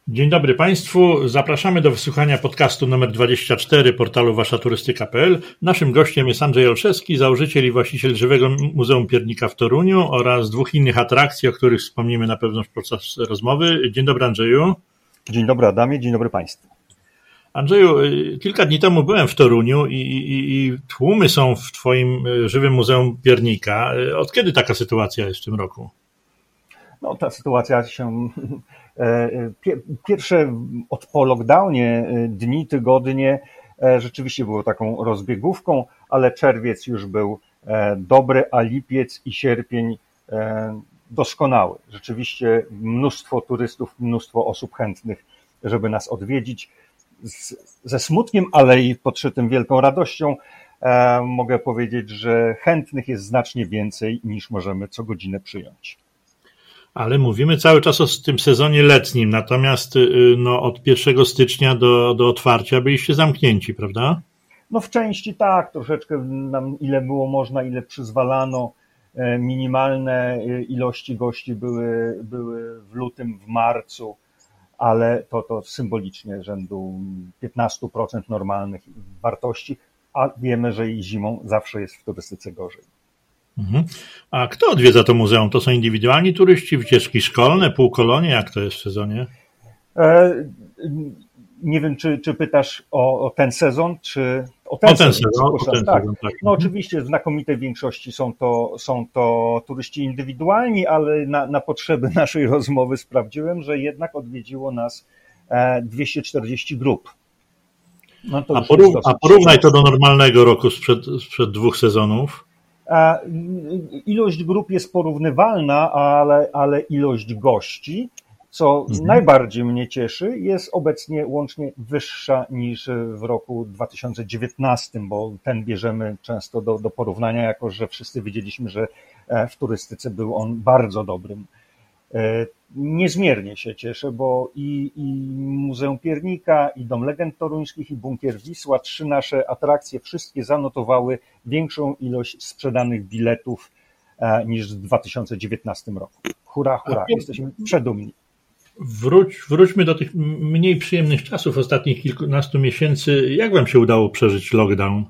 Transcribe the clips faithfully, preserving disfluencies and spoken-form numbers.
Dzień dobry Państwu. Zapraszamy do wysłuchania podcastu numer dwadzieścia cztery portalu wasza turystyka kropka p l. Naszym gościem jest Andrzej Olszewski, założyciel i właściciel Żywego Muzeum Piernika w Toruniu oraz dwóch innych atrakcji, o których wspomnimy na pewno podczas rozmowy. Dzień dobry Andrzeju. Dzień dobry Adamie, dzień dobry Państwu. Andrzeju, kilka dni temu byłem w Toruniu i, i, i tłumy są w Twoim Żywym Muzeum Piernika. Od kiedy taka sytuacja jest w tym roku? No, ta sytuacja się... Pierwsze od po lockdownie dni, tygodnie rzeczywiście było taką rozbiegówką, ale czerwiec już był dobry, a lipiec i sierpień doskonały. Rzeczywiście mnóstwo turystów, mnóstwo osób chętnych, żeby nas odwiedzić. Z, ze smutkiem, ale i podszytym wielką radością mogę powiedzieć, że chętnych jest znacznie więcej niż możemy co godzinę przyjąć. Ale mówimy cały czas o tym sezonie letnim, natomiast no, od pierwszego stycznia do, do otwarcia byliście zamknięci, prawda? No w części tak, troszeczkę nam ile było można, ile przyzwalano. Minimalne ilości gości były, były w lutym, w marcu, ale to, to symbolicznie rzędu piętnaście procent normalnych wartości, a wiemy, że i zimą zawsze jest w turystyce gorzej. Mhm. A kto odwiedza to muzeum? To są indywidualni turyści, wycieczki szkolne, półkolonie? Jak to jest w sezonie? E, nie wiem, czy, czy pytasz o, o ten sezon, czy o ten, o ten sezon. sezon, o ten tak. sezon tak. No oczywiście w znakomitej większości są to, są to turyści indywidualni, ale na, na potrzeby naszej rozmowy sprawdziłem, że jednak odwiedziło nas dwieście czterdzieści grup. No to a, porów, a porównaj to do normalnego roku sprzed, sprzed dwóch sezonów. Ilość grup jest porównywalna, ale, ale ilość gości, co mhm. najbardziej mnie cieszy, jest obecnie łącznie wyższa niż w roku dwa tysiące dziewiętnastym, bo ten bierzemy często do, do porównania, jako że wszyscy wiedzieliśmy, że w turystyce był on bardzo dobrym. Niezmiernie się cieszę, bo i, i Muzeum Piernika, i Dom Legend Toruńskich, i Bunkier Wisła, trzy nasze atrakcje, wszystkie zanotowały większą ilość sprzedanych biletów niż w dwa tysiące dziewiętnastym roku. Hurra, hurra, jesteśmy przedumni. Wróć, wróćmy do tych mniej przyjemnych czasów ostatnich kilkunastu miesięcy. Jak wam się udało przeżyć lockdown?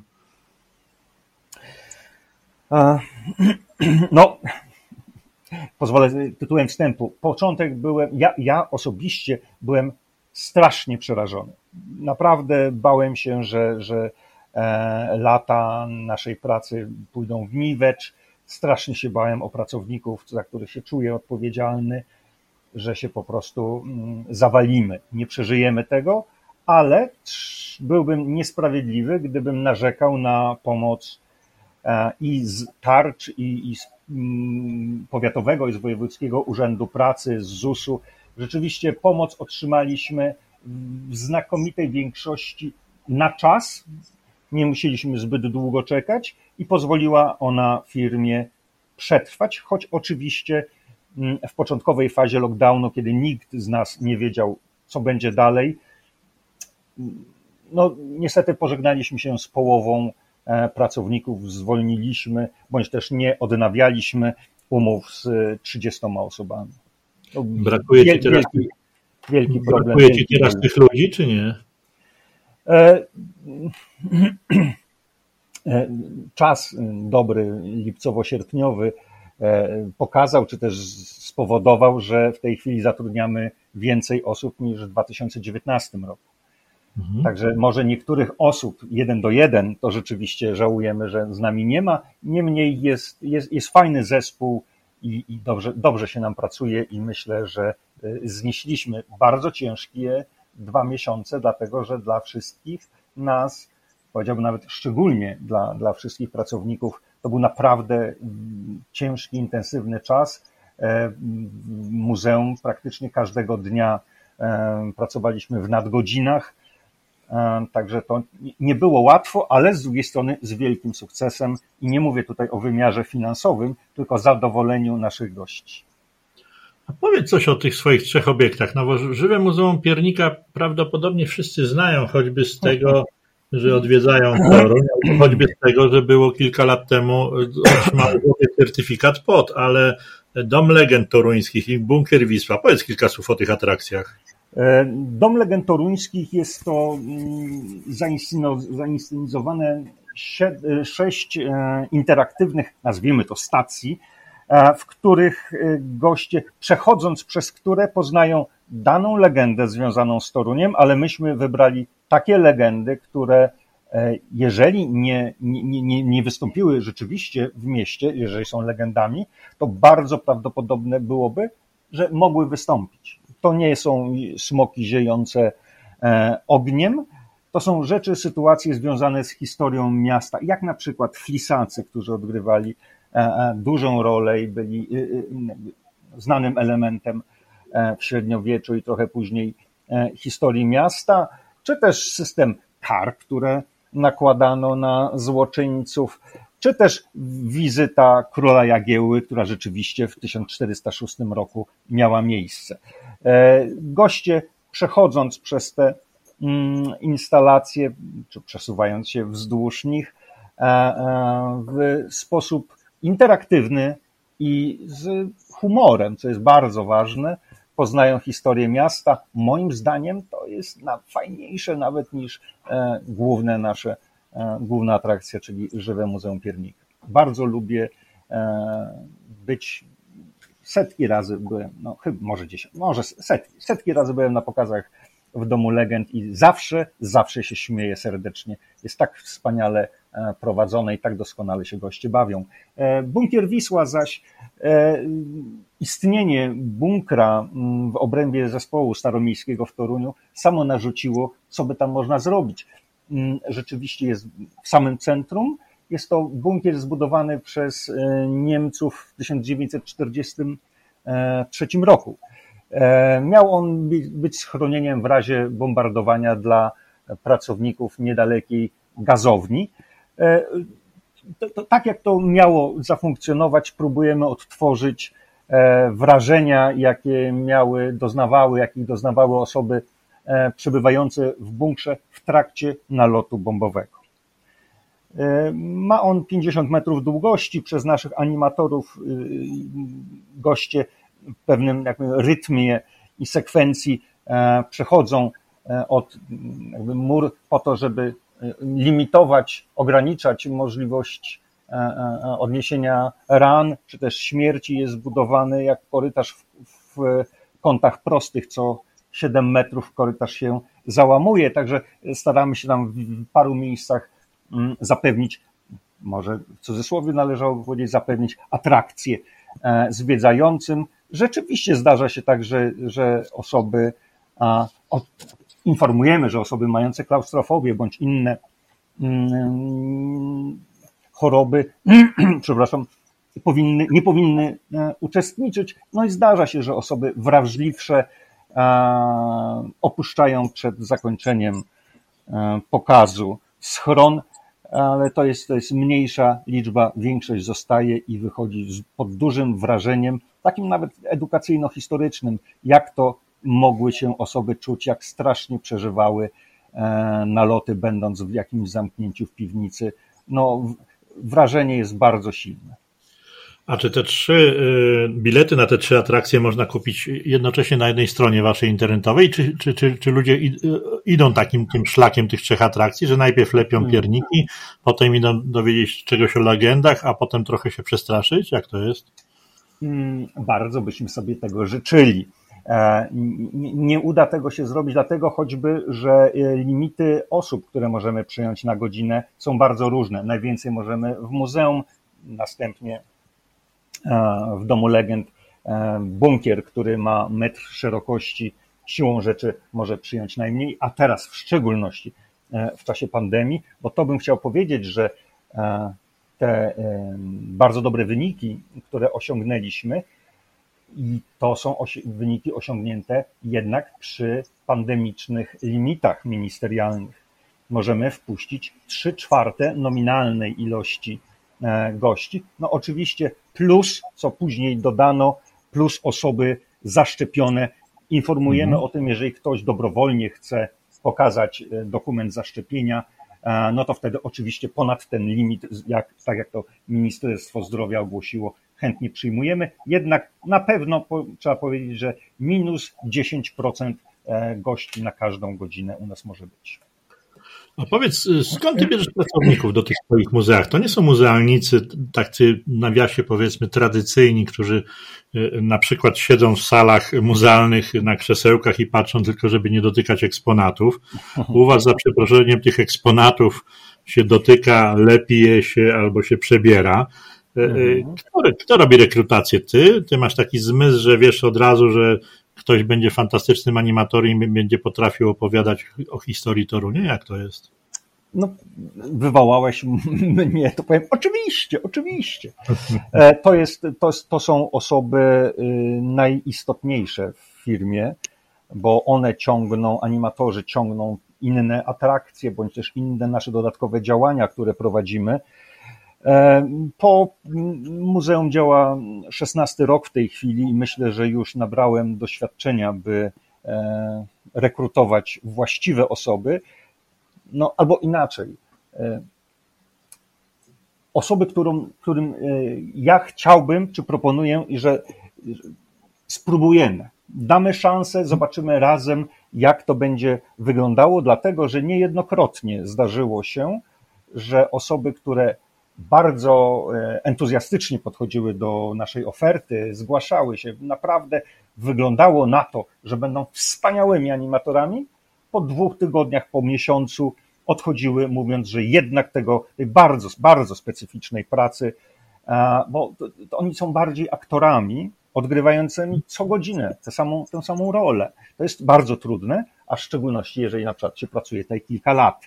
No... Pozwolę tytułem wstępu. Początek byłem, ja, ja osobiście byłem strasznie przerażony. Naprawdę bałem się, że, że e, lata naszej pracy pójdą w niwecz. Strasznie się bałem o pracowników, za których się czuję odpowiedzialny, że się po prostu mm, zawalimy. Nie przeżyjemy tego, ale byłbym niesprawiedliwy, gdybym narzekał na pomoc e, i z tarcz, i, i z Powiatowego i z Wojewódzkiego Urzędu Pracy, z zusu. Rzeczywiście pomoc otrzymaliśmy w znakomitej większości na czas. Nie musieliśmy zbyt długo czekać i pozwoliła ona firmie przetrwać, choć oczywiście w początkowej fazie lockdownu, kiedy nikt z nas nie wiedział, co będzie dalej, no niestety pożegnaliśmy się z połową pracowników, zwolniliśmy, bądź też nie odnawialiśmy umów z trzydziestoma osobami. To brakuje wielki, ci teraz, wielki, wielki problem. Brakuje ci teraz problem. Tych ludzi, czy nie? Czas dobry, lipcowo-sierpniowy pokazał, czy też spowodował, że w tej chwili zatrudniamy więcej osób niż w dwa tysiące dziewiętnastym roku. Mhm. Także może niektórych osób jeden do jeden to rzeczywiście żałujemy, że z nami nie ma. Niemniej jest, jest, jest fajny zespół i, i dobrze, dobrze się nam pracuje i myślę, że znieśliśmy bardzo ciężkie dwa miesiące, dlatego że dla wszystkich nas, powiedziałbym nawet szczególnie dla, dla wszystkich pracowników, to był naprawdę ciężki, intensywny czas. W muzeum praktycznie każdego dnia pracowaliśmy w nadgodzinach. Także to nie było łatwo, ale z drugiej strony z wielkim sukcesem i nie mówię tutaj o wymiarze finansowym, tylko o zadowoleniu naszych gości. A powiedz coś o tych swoich trzech obiektach, no bo Żywe Muzeum Piernika prawdopodobnie wszyscy znają, choćby z tego, że odwiedzają Toruń, choćby z tego, że było kilka lat temu, otrzymały certyfikat P O T, ale Dom Legend Toruńskich i Bunkier Wisła. Powiedz kilka słów o tych atrakcjach. Dom Legend Toruńskich jest to zainscenizowane sześć interaktywnych, nazwijmy to, stacji, w których goście, przechodząc przez które, poznają daną legendę związaną z Toruniem, ale myśmy wybrali takie legendy, które jeżeli nie, nie, nie, nie wystąpiły rzeczywiście w mieście, jeżeli są legendami, to bardzo prawdopodobne byłoby, że mogły wystąpić. To nie są smoki ziejące ogniem, to są rzeczy, sytuacje związane z historią miasta, jak na przykład Flisacy, którzy odgrywali dużą rolę i byli znanym elementem w średniowieczu i trochę później historii miasta, czy też system kar, które nakładano na złoczyńców, czy też wizyta króla Jagiełły, która rzeczywiście w tysiąc czterysta szóstym roku miała miejsce. Goście, przechodząc przez te instalacje, czy przesuwając się wzdłuż nich w sposób interaktywny i z humorem, co jest bardzo ważne, poznają historię miasta. Moim zdaniem to jest fajniejsze nawet niż główne nasze, główna atrakcja, czyli Żywe Muzeum Piernika. Bardzo lubię być, setki razy byłem, no chyba może dziesięć, może setki, setki razy byłem na pokazach w Domu Legend i zawsze, zawsze się śmieję serdecznie. Jest tak wspaniale prowadzone i tak doskonale się goście bawią. Bunkier Wisła zaś, istnienie bunkra w obrębie zespołu staromiejskiego w Toruniu samo narzuciło, co by tam można zrobić. Rzeczywiście jest w samym centrum. Jest to bunkier zbudowany przez Niemców w tysiąc dziewięćset czterdziestym trzecim roku. Miał on być schronieniem w razie bombardowania dla pracowników niedalekiej gazowni. To, to, tak jak to miało zafunkcjonować, próbujemy odtworzyć wrażenia, jakie miały, doznawały, jakich doznawały osoby przebywające w bunkrze w trakcie nalotu bombowego. Ma on pięćdziesiąt metrów długości. Przez naszych animatorów goście w pewnym jakby rytmie i sekwencji przechodzą od jakby mur po to, żeby limitować, ograniczać możliwość odniesienia ran, czy też śmierci. Jest zbudowany jak korytarz w, w kątach prostych, co siedem metrów korytarz się załamuje, także staramy się tam w paru miejscach zapewnić, może w cudzysłowie należałoby powiedzieć, zapewnić atrakcję zwiedzającym. Rzeczywiście zdarza się tak, że, że osoby, a, o, informujemy, że osoby mające klaustrofobię bądź inne mm, choroby, przepraszam, powinny, nie powinny e, uczestniczyć. No i zdarza się, że osoby wrażliwsze e, opuszczają przed zakończeniem e, pokazu schron, ale to jest, to jest mniejsza liczba, większość zostaje i wychodzi pod dużym wrażeniem, takim nawet edukacyjno-historycznym, jak to mogły się osoby czuć, jak strasznie przeżywały naloty, będąc w jakimś zamknięciu w piwnicy. No, wrażenie jest bardzo silne. A czy te trzy bilety na te trzy atrakcje można kupić jednocześnie na jednej stronie waszej internetowej, czy, czy, czy, czy ludzie idą takim tym szlakiem tych trzech atrakcji, że najpierw lepią pierniki, hmm. potem idą dowiedzieć czegoś o legendach, a potem trochę się przestraszyć? Jak to jest? Bardzo byśmy sobie tego życzyli. Nie uda tego się zrobić, dlatego choćby, że limity osób, które możemy przyjąć na godzinę, są bardzo różne. Najwięcej możemy w muzeum, następnie w Domu Legend bunkier, który ma metr szerokości, siłą rzeczy może przyjąć najmniej, a teraz w szczególności w czasie pandemii, bo to bym chciał powiedzieć, że te bardzo dobre wyniki, które osiągnęliśmy, i to są wyniki osiągnięte jednak przy pandemicznych limitach ministerialnych. Możemy wpuścić trzy czwarte nominalnej ilości gości. No oczywiście plus, co później dodano, plus osoby zaszczepione. Informujemy mhm. o tym, jeżeli ktoś dobrowolnie chce pokazać dokument zaszczepienia, no to wtedy oczywiście ponad ten limit, jak, tak jak to Ministerstwo Zdrowia ogłosiło, chętnie przyjmujemy. Jednak na pewno po, trzeba powiedzieć, że minus dziesięć procent gości na każdą godzinę u nas może być. A powiedz, skąd ty bierzesz pracowników do tych swoich muzeach? To nie są muzealnicy, tacy w nawiasie powiedzmy tradycyjni, którzy na przykład siedzą w salach muzealnych na krzesełkach i patrzą tylko, żeby nie dotykać eksponatów. U was za przeproszeniem tych eksponatów się dotyka, lepi je się albo się przebiera. Kto, kto robi rekrutację? Ty? Ty masz taki zmysł, że wiesz od razu, że ktoś będzie fantastycznym animatorem i będzie potrafił opowiadać o historii Torunia? Jak to jest? No, wywołałeś mnie, to powiem, oczywiście, oczywiście. To jest, to, to są osoby najistotniejsze w firmie, bo one ciągną, animatorzy ciągną inne atrakcje, bądź też inne nasze dodatkowe działania, które prowadzimy. To muzeum działa szesnasty rok w tej chwili i myślę, że już nabrałem doświadczenia, by rekrutować właściwe osoby, no albo inaczej. Osoby, którym, którym ja chciałbym, czy proponuję, że spróbujemy. Damy szansę, zobaczymy razem, jak to będzie wyglądało, dlatego że niejednokrotnie zdarzyło się, że osoby, które bardzo entuzjastycznie podchodziły do naszej oferty, zgłaszały się, naprawdę wyglądało na to, że będą wspaniałymi animatorami, po dwóch tygodniach, po miesiącu odchodziły, mówiąc, że jednak tego, tej bardzo, bardzo specyficznej pracy, bo to, to oni są bardziej aktorami, odgrywającymi co godzinę tę samą, tę samą rolę. To jest bardzo trudne, a w szczególności, jeżeli na przykład się pracuje tutaj kilka lat.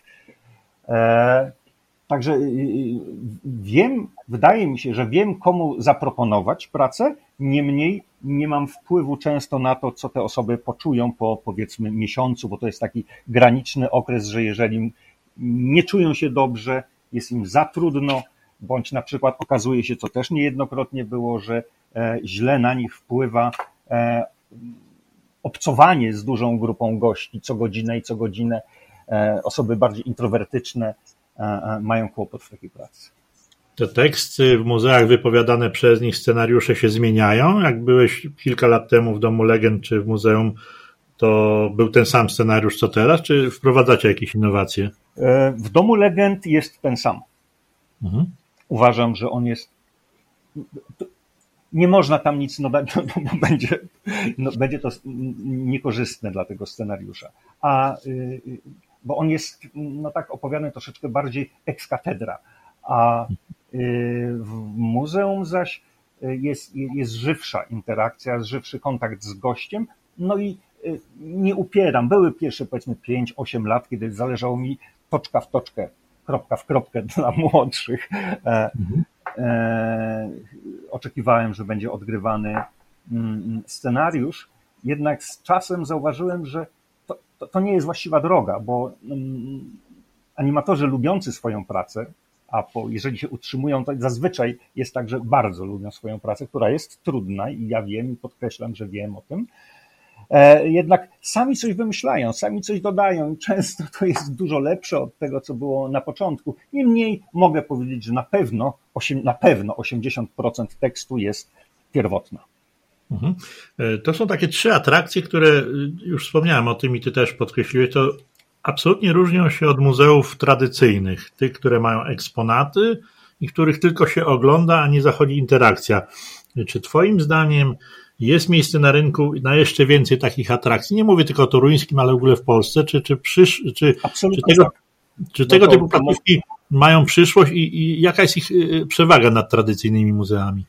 Także wiem, wydaje mi się, że wiem, komu zaproponować pracę, niemniej nie mam wpływu często na to, co te osoby poczują po, powiedzmy, miesiącu, bo to jest taki graniczny okres, że jeżeli nie czują się dobrze, jest im za trudno, bądź na przykład okazuje się, co też niejednokrotnie było, że źle na nich wpływa obcowanie z dużą grupą gości co godzinę i co godzinę. Osoby bardziej introwertyczne mają kłopot w takiej pracy. Te teksty w muzeach wypowiadane przez nich, scenariusze się zmieniają? Jak byłeś kilka lat temu w Domu Legend czy w muzeum, to był ten sam scenariusz co teraz, czy wprowadzacie jakieś innowacje? W Domu Legend jest ten sam. Mhm. Uważam, że on jest... Nie można tam nic dodać, no, bo będzie, no, będzie to niekorzystne dla tego scenariusza. A, bo on jest, no tak, opowiadany troszeczkę bardziej ex cathedra. A w muzeum zaś jest, jest żywsza interakcja, żywszy kontakt z gościem. No i nie upieram. Były pierwsze, powiedzmy, pięć osiem lat, kiedy zależało mi toczka w toczkę, kropka w kropkę dla młodszych. Mhm. E, oczekiwałem, że będzie odgrywany scenariusz, jednak z czasem zauważyłem, że to, to, to nie jest właściwa droga, bo animatorzy lubiący swoją pracę, a po, jeżeli się utrzymują, to zazwyczaj jest tak, że bardzo lubią swoją pracę, która jest trudna i ja wiem i podkreślam, że wiem o tym, e, jednak sami coś wymyślają, sami coś dodają i często to jest dużo lepsze od tego, co było na początku. Niemniej mogę powiedzieć, że na pewno, na pewno osiemdziesiąt procent tekstu jest pierwotna. Mhm. To są takie trzy atrakcje, które już wspomniałem o tym i ty też podkreśliłeś, to absolutnie różnią się od muzeów tradycyjnych, tych, które mają eksponaty i których tylko się ogląda, a nie zachodzi interakcja. Czy twoim zdaniem jest miejsce na rynku na jeszcze więcej takich atrakcji? Nie mówię tylko o toruńskim, ale w ogóle w Polsce. Czy, czy, przysz, czy, czy tego, tak. czy tego no to, typu placówki to... mają przyszłość i, i jaka jest ich przewaga nad tradycyjnymi muzeami?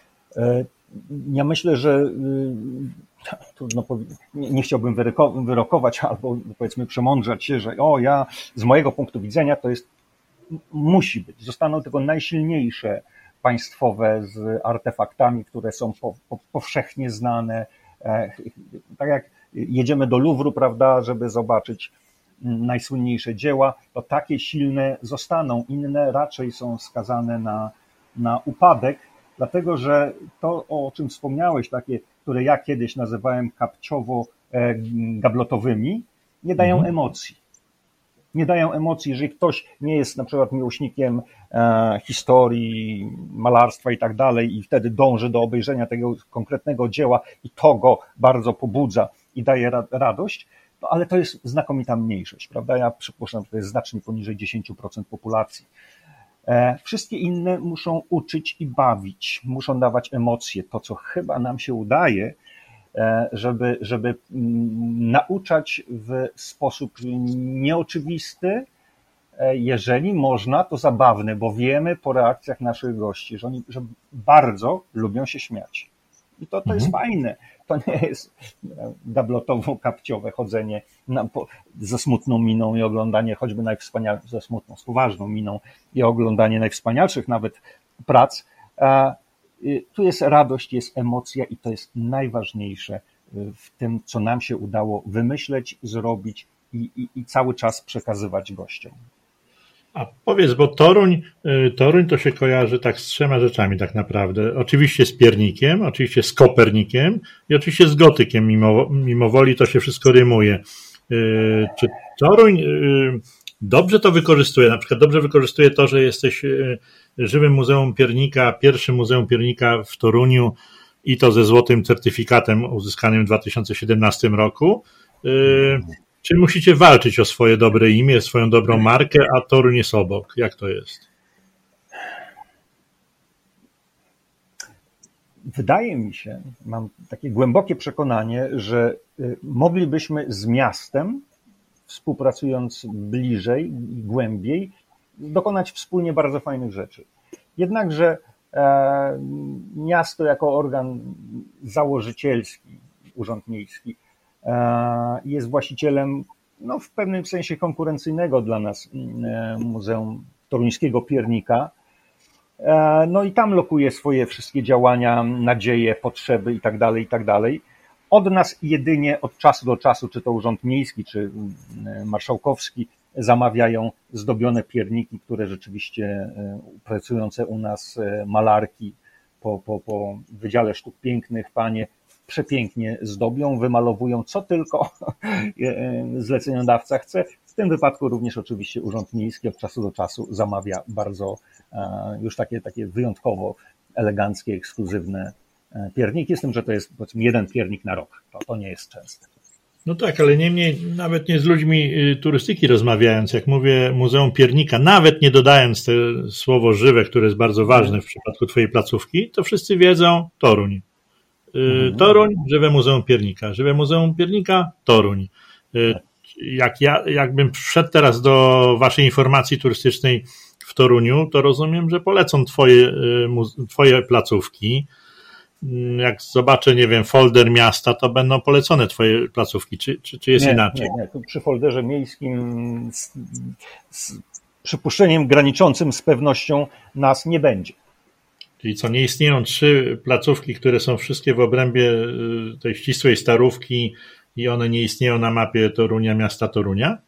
Ja myślę, że trudno, nie chciałbym wyrokować albo powiedzmy przemądrzać się, że o ja z mojego punktu widzenia to jest, musi być, zostaną tylko najsilniejsze państwowe z artefaktami, które są po, po, powszechnie znane. Tak jak jedziemy do Luwru, prawda, żeby zobaczyć najsłynniejsze dzieła, to takie silne zostaną, inne raczej są skazane na, na upadek, dlatego że to, o czym wspomniałeś, takie, które ja kiedyś nazywałem kapciowo-gablotowymi, nie dają mhm. emocji. Nie dają emocji, jeżeli ktoś nie jest na przykład miłośnikiem e, historii, malarstwa i tak dalej i wtedy dąży do obejrzenia tego konkretnego dzieła i to go bardzo pobudza i daje radość, no ale to jest znakomita mniejszość, prawda? Ja przypuszczam, że to jest znacznie poniżej dziesięć procent populacji. Wszystkie inne muszą uczyć i bawić, muszą dawać emocje. To, co chyba nam się udaje, żeby, żeby nauczać w sposób nieoczywisty, jeżeli można, to zabawny, bo wiemy po reakcjach naszych gości, że oni że bardzo lubią się śmiać. I to, to jest mhm. fajne. To nie jest gablotowo-kapciowe chodzenie na, po, ze smutną miną i oglądanie choćby najwspanialszych, ze smutną, z poważną miną i oglądanie najwspanialszych nawet prac. A, y, tu jest radość, jest emocja i to jest najważniejsze w tym, co nam się udało wymyśleć, zrobić i, i, i cały czas przekazywać gościom. A powiedz, bo Toruń, Toruń to się kojarzy tak z trzema rzeczami tak naprawdę. Oczywiście z piernikiem, oczywiście z Kopernikiem i oczywiście z gotykiem, mimo, mimo woli to się wszystko rymuje. Czy Toruń dobrze to wykorzystuje? Na przykład dobrze wykorzystuje to, że jesteś żywym Muzeum Piernika, pierwszym Muzeum Piernika w Toruniu i to ze złotym certyfikatem uzyskanym w dwa tysiące siedemnastym roku. Czy musicie walczyć o swoje dobre imię, swoją dobrą markę, a Toruń jest obok? Jak to jest? Wydaje mi się, mam takie głębokie przekonanie, że moglibyśmy z miastem, współpracując bliżej i głębiej, dokonać wspólnie bardzo fajnych rzeczy. Jednakże e, miasto jako organ założycielski, urząd miejski, jest właścicielem no, w pewnym sensie konkurencyjnego dla nas Muzeum Toruńskiego Piernika. No i tam lokuje swoje wszystkie działania, nadzieje, potrzeby i tak dalej, i tak dalej. Od nas jedynie od czasu do czasu, czy to Urząd Miejski, czy Marszałkowski, zamawiają zdobione pierniki, które rzeczywiście pracujące u nas malarki po, po, po Wydziale Sztuk Pięknych, panie, przepięknie zdobią, wymalowują, co tylko zleceniodawca chce. W tym wypadku również oczywiście Urząd Miejski od czasu do czasu zamawia bardzo już takie, takie wyjątkowo eleganckie, ekskluzywne pierniki, z tym, że to jest powiedzmy jeden piernik na rok. To, to nie jest częste. No tak, ale niemniej nawet nie z ludźmi turystyki rozmawiając, jak mówię Muzeum Piernika, nawet nie dodając te słowo żywe, które jest bardzo ważne w przypadku twojej placówki, to wszyscy wiedzą Toruń. Toruń, Żywe Muzeum Piernika. Żywe Muzeum Piernika, Toruń. Jak ja, jakbym wszedł teraz do waszej informacji turystycznej w Toruniu, to rozumiem, że polecą twoje, twoje placówki. Jak zobaczę, nie wiem, folder miasta, to będą polecone twoje placówki. Czy, czy, czy jest nie, inaczej? Nie, nie. Tu przy folderze miejskim z, z przypuszczeniem graniczącym z pewnością nas nie będzie. Czyli co, nie istnieją trzy placówki, które są wszystkie w obrębie tej ścisłej Starówki i one nie istnieją na mapie Torunia, miasta Torunia?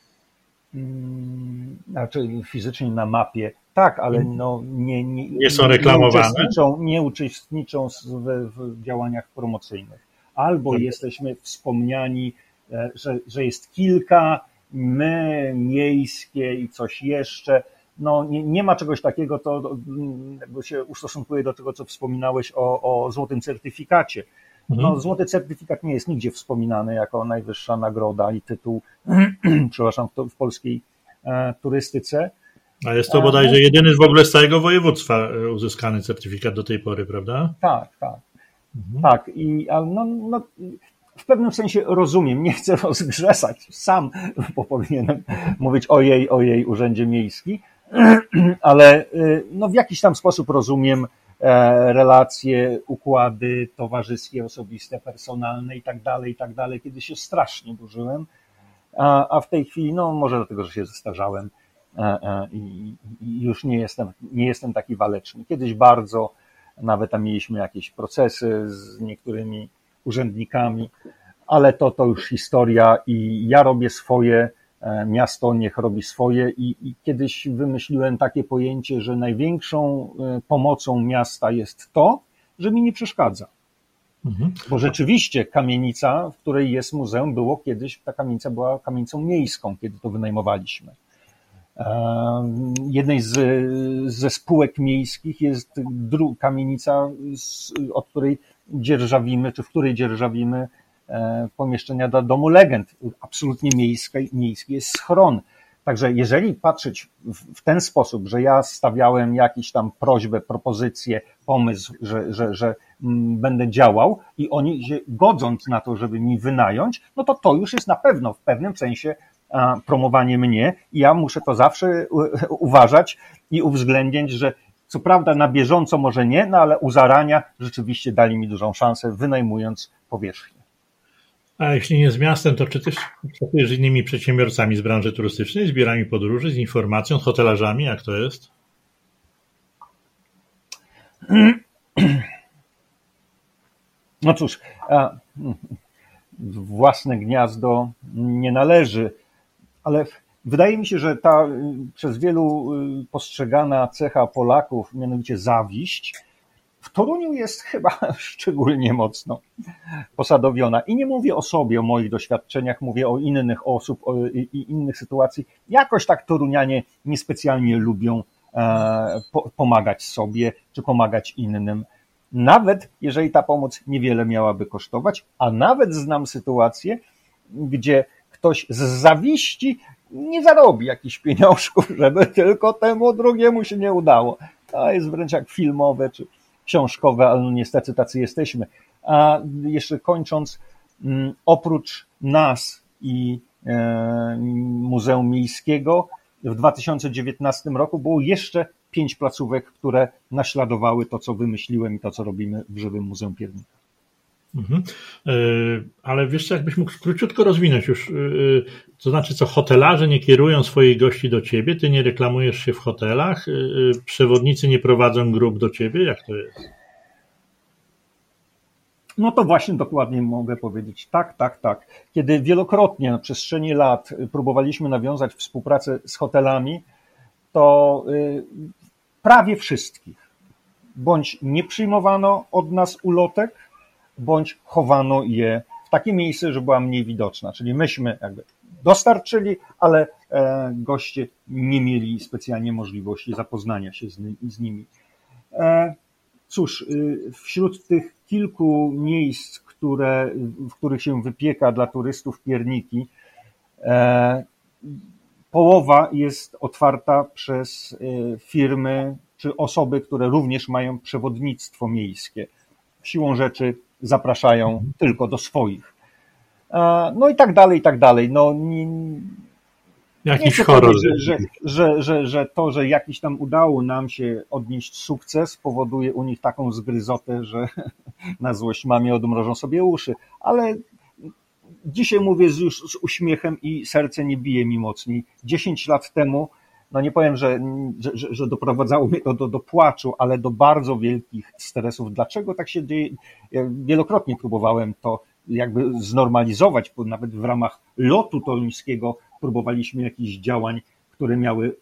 Znaczy fizycznie na mapie, tak, ale no nie, nie, nie są reklamowane? Nie uczestniczą, nie uczestniczą w, w działaniach promocyjnych. Albo tak. Jesteśmy wspomniani, że, że jest kilka, my, miejskie i coś jeszcze. No nie, nie ma czegoś takiego, to jakby się ustosunkuje do tego, co wspominałeś o, o złotym certyfikacie. No, złoty certyfikat nie jest nigdzie wspominany jako najwyższa nagroda i tytuł, przepraszam, w, to, w polskiej e, turystyce. A jest to bodajże e, jedyny w ogóle z całego województwa uzyskany certyfikat do tej pory, prawda? Tak, tak. Mhm. Tak, i ale no, no, w pewnym sensie rozumiem, nie chcę rozgrzesać sam, bo powinienem mówić ojej, ojej, Urzędzie Miejski, ale no, w jakiś tam sposób rozumiem relacje, układy towarzyskie, osobiste, personalne i tak dalej, i tak dalej. Kiedyś się strasznie burzyłem, a, a w tej chwili, no może dlatego, że się zestarzałem i, i już nie jestem, nie jestem taki waleczny. Kiedyś bardzo, nawet tam mieliśmy jakieś procesy z niektórymi urzędnikami, ale to, to już historia i ja robię swoje, miasto niech robi swoje i, i kiedyś wymyśliłem takie pojęcie, że największą pomocą miasta jest to, że mi nie przeszkadza. Mhm. Bo rzeczywiście kamienica, w której jest muzeum, było kiedyś, ta kamienica była kamienicą miejską, kiedy to wynajmowaliśmy. Jednej z, ze spółek miejskich jest dru, kamienica, od której dzierżawimy, czy w której dzierżawimy pomieszczenia dla Domu Legend. Absolutnie miejski, miejski jest schron. Także jeżeli patrzeć w ten sposób, że ja stawiałem jakiś tam prośbę, propozycję, pomysł, że, że, że będę działał i oni się godząc na to, żeby mi wynająć, no to to już jest na pewno w pewnym sensie promowanie mnie i ja muszę to zawsze uważać i uwzględnić, że co prawda na bieżąco może nie, no ale u zarania rzeczywiście dali mi dużą szansę, wynajmując powierzchnię. A jeśli nie z miastem, to czy też pracujesz z innymi przedsiębiorcami z branży turystycznej, z biurami podróży, z informacją, z hotelarzami? Jak to jest? No cóż, własne gniazdo nie należy, ale wydaje mi się, że ta przez wielu postrzegana cecha Polaków, mianowicie zawiść, w Toruniu jest chyba szczególnie mocno posadowiona. I nie mówię o sobie, o moich doświadczeniach, mówię o innych osób o, i, i innych sytuacji. Jakoś tak Torunianie niespecjalnie lubią e, po, pomagać sobie czy pomagać innym. Nawet jeżeli ta pomoc niewiele miałaby kosztować, a nawet znam sytuację, gdzie ktoś z zawiści nie zarobi jakichś pieniążków, żeby tylko temu drugiemu się nie udało. To jest wręcz jak filmowe czy książkowe, ale no niestety tacy jesteśmy. A jeszcze kończąc, oprócz nas i Muzeum Miejskiego w dwa tysiące dziewiętnastym roku było jeszcze pięć placówek, które naśladowały to, co wymyśliłem i to, co robimy w Żywym Muzeum Piernika. Mhm. Ale wiesz co, jakbyś mógł króciutko rozwinąć już, to znaczy co, hotelarze nie kierują swoich gości do ciebie, ty nie reklamujesz się w hotelach, przewodnicy nie prowadzą grup do ciebie, jak to jest? No to właśnie dokładnie mogę powiedzieć. Tak, tak, tak. Kiedy wielokrotnie na przestrzeni lat próbowaliśmy nawiązać współpracę z hotelami, to prawie wszystkich bądź nie przyjmowano od nas ulotek, bądź chowano je w takie miejsce, że była mniej widoczna. Czyli myśmy jakby dostarczyli, ale goście nie mieli specjalnie możliwości zapoznania się z nimi. Cóż, wśród tych kilku miejsc, które, w których się wypieka dla turystów pierniki, połowa jest otwarta przez firmy czy osoby, które również mają przewodnictwo miejskie. Siłą rzeczy zapraszają tylko do swoich. No i tak dalej, i tak dalej. No, nie, Jakiś nie horror. Że, że, że, że to, że jakiś tam udało nam się odnieść sukces, powoduje u nich taką zgryzotę, że na złość mamie odmrożą sobie uszy. Ale dzisiaj mówię już z uśmiechem i serce nie bije mi mocniej. Dziesięć lat temu, no nie powiem, że, że, że doprowadzało mnie to do, do płaczu, ale do bardzo wielkich stresów. Dlaczego tak się dzieje? Ja wielokrotnie próbowałem to jakby znormalizować, bo nawet w ramach lotu toruńskiego próbowaliśmy jakichś działań, które miały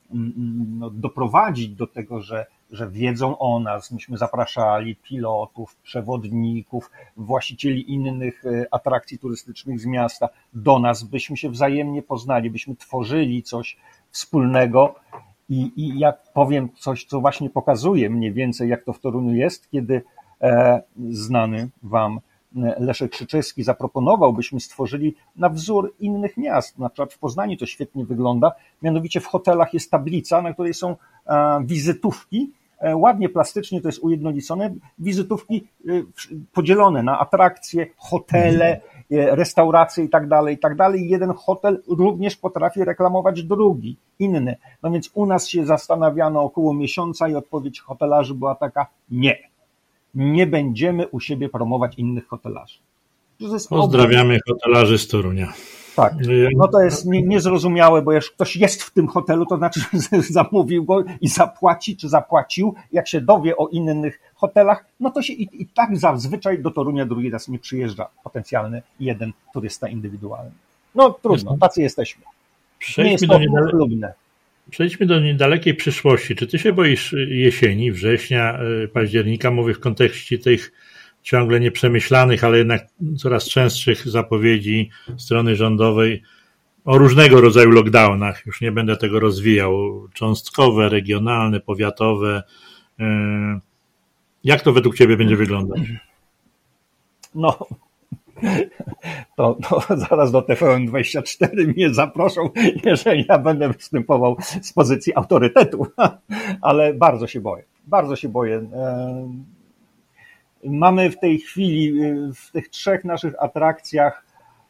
no, doprowadzić do tego, że, że wiedzą o nas. Myśmy zapraszali pilotów, przewodników, właścicieli innych atrakcji turystycznych z miasta do nas, byśmy się wzajemnie poznali, byśmy tworzyli coś wspólnego. I, i ja powiem coś, co właśnie pokazuje mniej więcej, jak to w Toruniu jest, kiedy e, znany wam Leszek Krzyczewski zaproponował, byśmy stworzyli na wzór innych miast. Na przykład w Poznaniu to świetnie wygląda. Mianowicie w hotelach jest tablica, na której są wizytówki, ładnie plastycznie to jest ujednolicone, wizytówki podzielone na atrakcje, hotele, restauracje i tak dalej, i tak dalej. Jeden hotel również potrafi reklamować drugi, inny. No więc u nas się zastanawiano około miesiąca i odpowiedź hotelarzy była taka: nie. Nie będziemy u siebie promować innych hotelarzy. Pozdrawiamy hotelarzy z Torunia. Tak, no to jest niezrozumiałe, bo jak ktoś jest w tym hotelu, to znaczy, że zamówił go i zapłaci, czy zapłacił. Jak się dowie o innych hotelach, no to się i, i tak zazwyczaj do Torunia drugi raz nie przyjeżdża potencjalny jeden turysta indywidualny. No trudno, tacy jesteśmy. Przejdźmy nie jest do to niedale... chlubne. Przejdźmy do niedalekiej przyszłości. Czy ty się boisz jesieni, września, października? Mówię w kontekście tych ciągle nieprzemyślanych, ale jednak coraz częstszych zapowiedzi strony rządowej o różnego rodzaju lockdownach. Już nie będę tego rozwijał. Cząstkowe, regionalne, powiatowe. Jak to według ciebie będzie wyglądać? No, to, to zaraz do T V N dwadzieścia cztery mnie zaproszą, jeżeli ja będę występował z pozycji autorytetu, ale bardzo się boję, bardzo się boję. Mamy w tej chwili w tych trzech naszych atrakcjach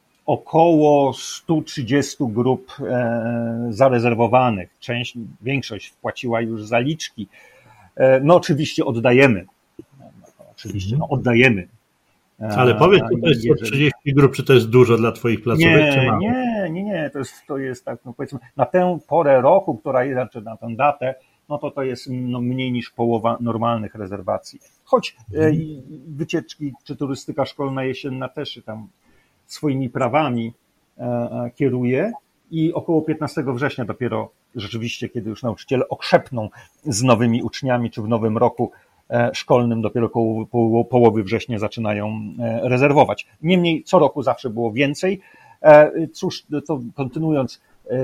około sto trzydzieści grup zarezerwowanych. Część, większość wpłaciła już zaliczki. No oczywiście oddajemy. Oczywiście, no oddajemy. Ale powiedz, czy to jest sto trzydzieści grup, czy to jest dużo dla twoich placówek, nie, czy mało? Nie, nie, nie, to jest, to jest tak, no powiedzmy, na tę porę roku, która jest, znaczy na tę datę, no to to jest no, mniej niż połowa normalnych rezerwacji. Choć hmm. e, wycieczki czy turystyka szkolna jesienna też tam swoimi prawami e, e, kieruje i około piętnastego września dopiero rzeczywiście, kiedy już nauczyciele okrzepną z nowymi uczniami, czy w nowym roku szkolnym dopiero koło, koło połowy września zaczynają rezerwować. Niemniej co roku zawsze było więcej. Cóż, to kontynuując,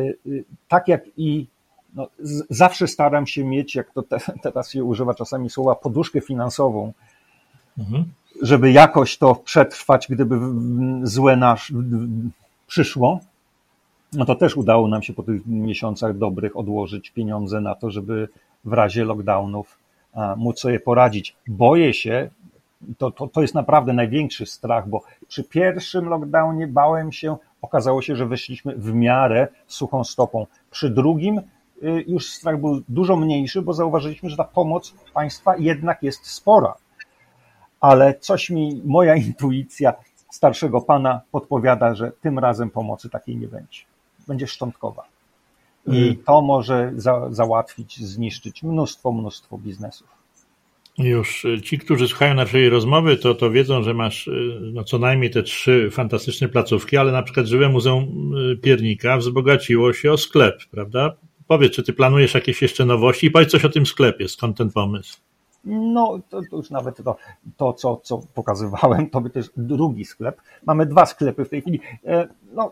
tak jak i no, z, zawsze staram się mieć, jak to te, teraz się używa czasami słowa, poduszkę finansową, mhm. żeby jakoś to przetrwać, gdyby złe nasz przyszło. No to też udało nam się po tych miesiącach dobrych odłożyć pieniądze na to, żeby w razie lockdownów móc sobie poradzić. Boję się, to, to, to jest naprawdę największy strach, bo przy pierwszym lockdownie bałem się, okazało się, że weszliśmy w miarę suchą stopą. Przy drugim już strach był dużo mniejszy, bo zauważyliśmy, że ta pomoc państwa jednak jest spora. Ale coś mi, moja intuicja starszego pana podpowiada, że tym razem pomocy takiej nie będzie. Będzie szczątkowa. I to może za, załatwić, zniszczyć mnóstwo, mnóstwo biznesów. Już ci, którzy słuchają naszej rozmowy, to, to wiedzą, że masz no, co najmniej te trzy fantastyczne placówki, ale na przykład Żywe Muzeum Piernika wzbogaciło się o sklep, prawda? Powiedz, czy ty planujesz jakieś jeszcze nowości i powiedz coś o tym sklepie, skąd ten pomysł? No, to, to już nawet to, to co, co pokazywałem, to by też drugi sklep. Mamy dwa sklepy w tej chwili. No,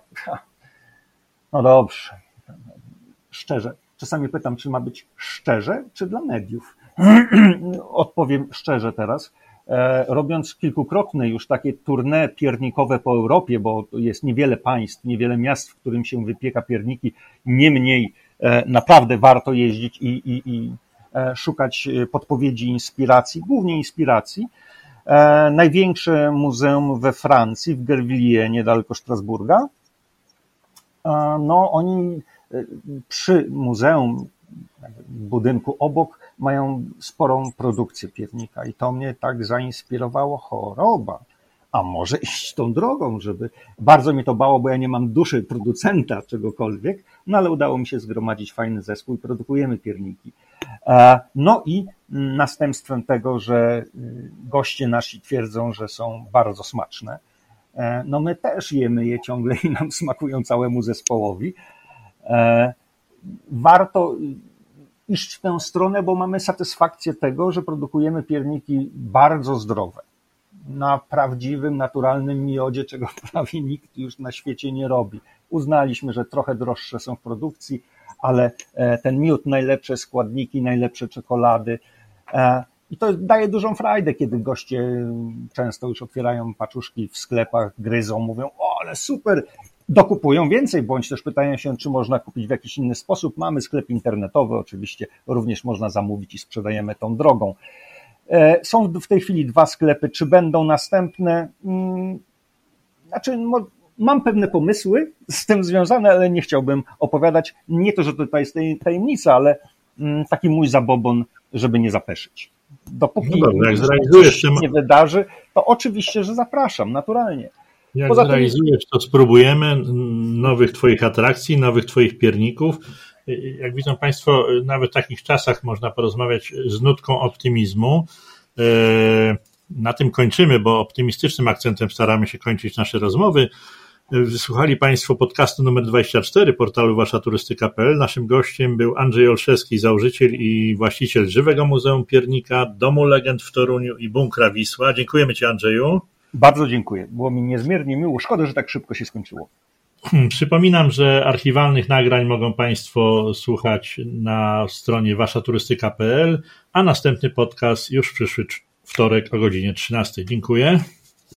no dobrze. Szczerze. Czasami pytam, czy ma być szczerze, czy dla mediów. Odpowiem szczerze teraz. Robiąc kilkukrotne już takie tournée piernikowe po Europie, bo jest niewiele państw, niewiele miast, w którym się wypieka pierniki, niemniej naprawdę warto jeździć i, i, i szukać podpowiedzi, inspiracji, głównie inspiracji. Największe muzeum we Francji, w Gervilliers, niedaleko Strasburga. No, oni przy muzeum, w budynku obok, mają sporą produkcję piernika i to mnie tak zainspirowało, choroba. A może iść tą drogą, żeby... Bardzo mnie to bało, bo ja nie mam duszy producenta czegokolwiek, no ale udało mi się zgromadzić fajny zespół i produkujemy pierniki. No i następstwem tego, że goście nasi twierdzą, że są bardzo smaczne, no my też jemy je ciągle i nam smakują całemu zespołowi. Warto iść w tę stronę, bo mamy satysfakcję tego, że produkujemy pierniki bardzo zdrowe. Na prawdziwym, naturalnym miodzie, czego prawie nikt już na świecie nie robi. Uznaliśmy, że trochę droższe są w produkcji, ale ten miód, najlepsze składniki, najlepsze czekolady. I to daje dużą frajdę, kiedy goście często już otwierają paczuszki w sklepach, gryzą, mówią, o ale super, dokupują więcej, bądź też pytają się, czy można kupić w jakiś inny sposób. Mamy sklep internetowy, oczywiście również można zamówić i sprzedajemy tą drogą. Są w tej chwili dwa sklepy, czy będą następne? Znaczy, mam pewne pomysły z tym związane, ale nie chciałbym opowiadać. Nie to, że tutaj jest tajemnica, ale taki mój zabobon, żeby nie zapeszyć. Dopóki no dobra, jak zrealizujesz się nie wydarzy, to oczywiście, że zapraszam, naturalnie. Jak Poza zrealizujesz, tym... to spróbujemy nowych twoich atrakcji, nowych twoich pierników. Jak widzą Państwo, nawet w takich czasach można porozmawiać z nutką optymizmu. Na tym kończymy, bo optymistycznym akcentem staramy się kończyć nasze rozmowy. Wysłuchali Państwo podcastu numer dwadzieścia cztery portalu wasza turystyka kropka p l. Naszym gościem był Andrzej Olszewski, założyciel i właściciel Żywego Muzeum Piernika, Domu Legend w Toruniu i Bunkra Wisła. Dziękujemy Ci, Andrzeju. Bardzo dziękuję. Było mi niezmiernie miło. Szkoda, że tak szybko się skończyło. Przypominam, że archiwalnych nagrań mogą Państwo słuchać na stronie wasza turystyka kropka p l, a następny podcast już w przyszły wtorek o godzinie trzynastej. Dziękuję.